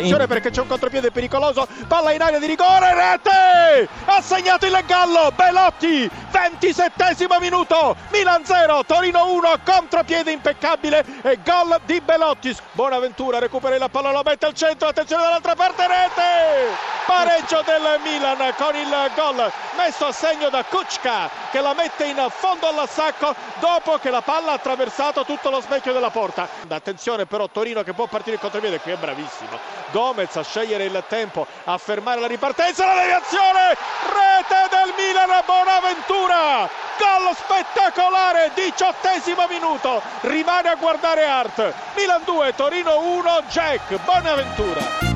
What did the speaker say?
attenzione perché c'è un contropiede pericoloso, palla in area di rigore, rete! Ha segnato il Gallo, Belotti, 27esimo minuto, Milan 0, Torino 1, contropiede impeccabile e gol di Belotti. Bonaventura recupera la palla, lo mette al centro, attenzione dall'altra parte, rete! Pareggio del Milan con il gol messo a segno da Kučka che la mette in fondo al sacco dopo che la palla ha attraversato tutto lo specchio della porta. Attenzione però Torino che può partire il contropiede, qui è bravissimo Gomez a scegliere il tempo, a fermare la ripartenza, la deviazione, rete del Milan, Bonaventura, gol spettacolare, 18esimo minuto, rimane a guardare Hart. Milan 2, Torino 1, Jack Bonaventura.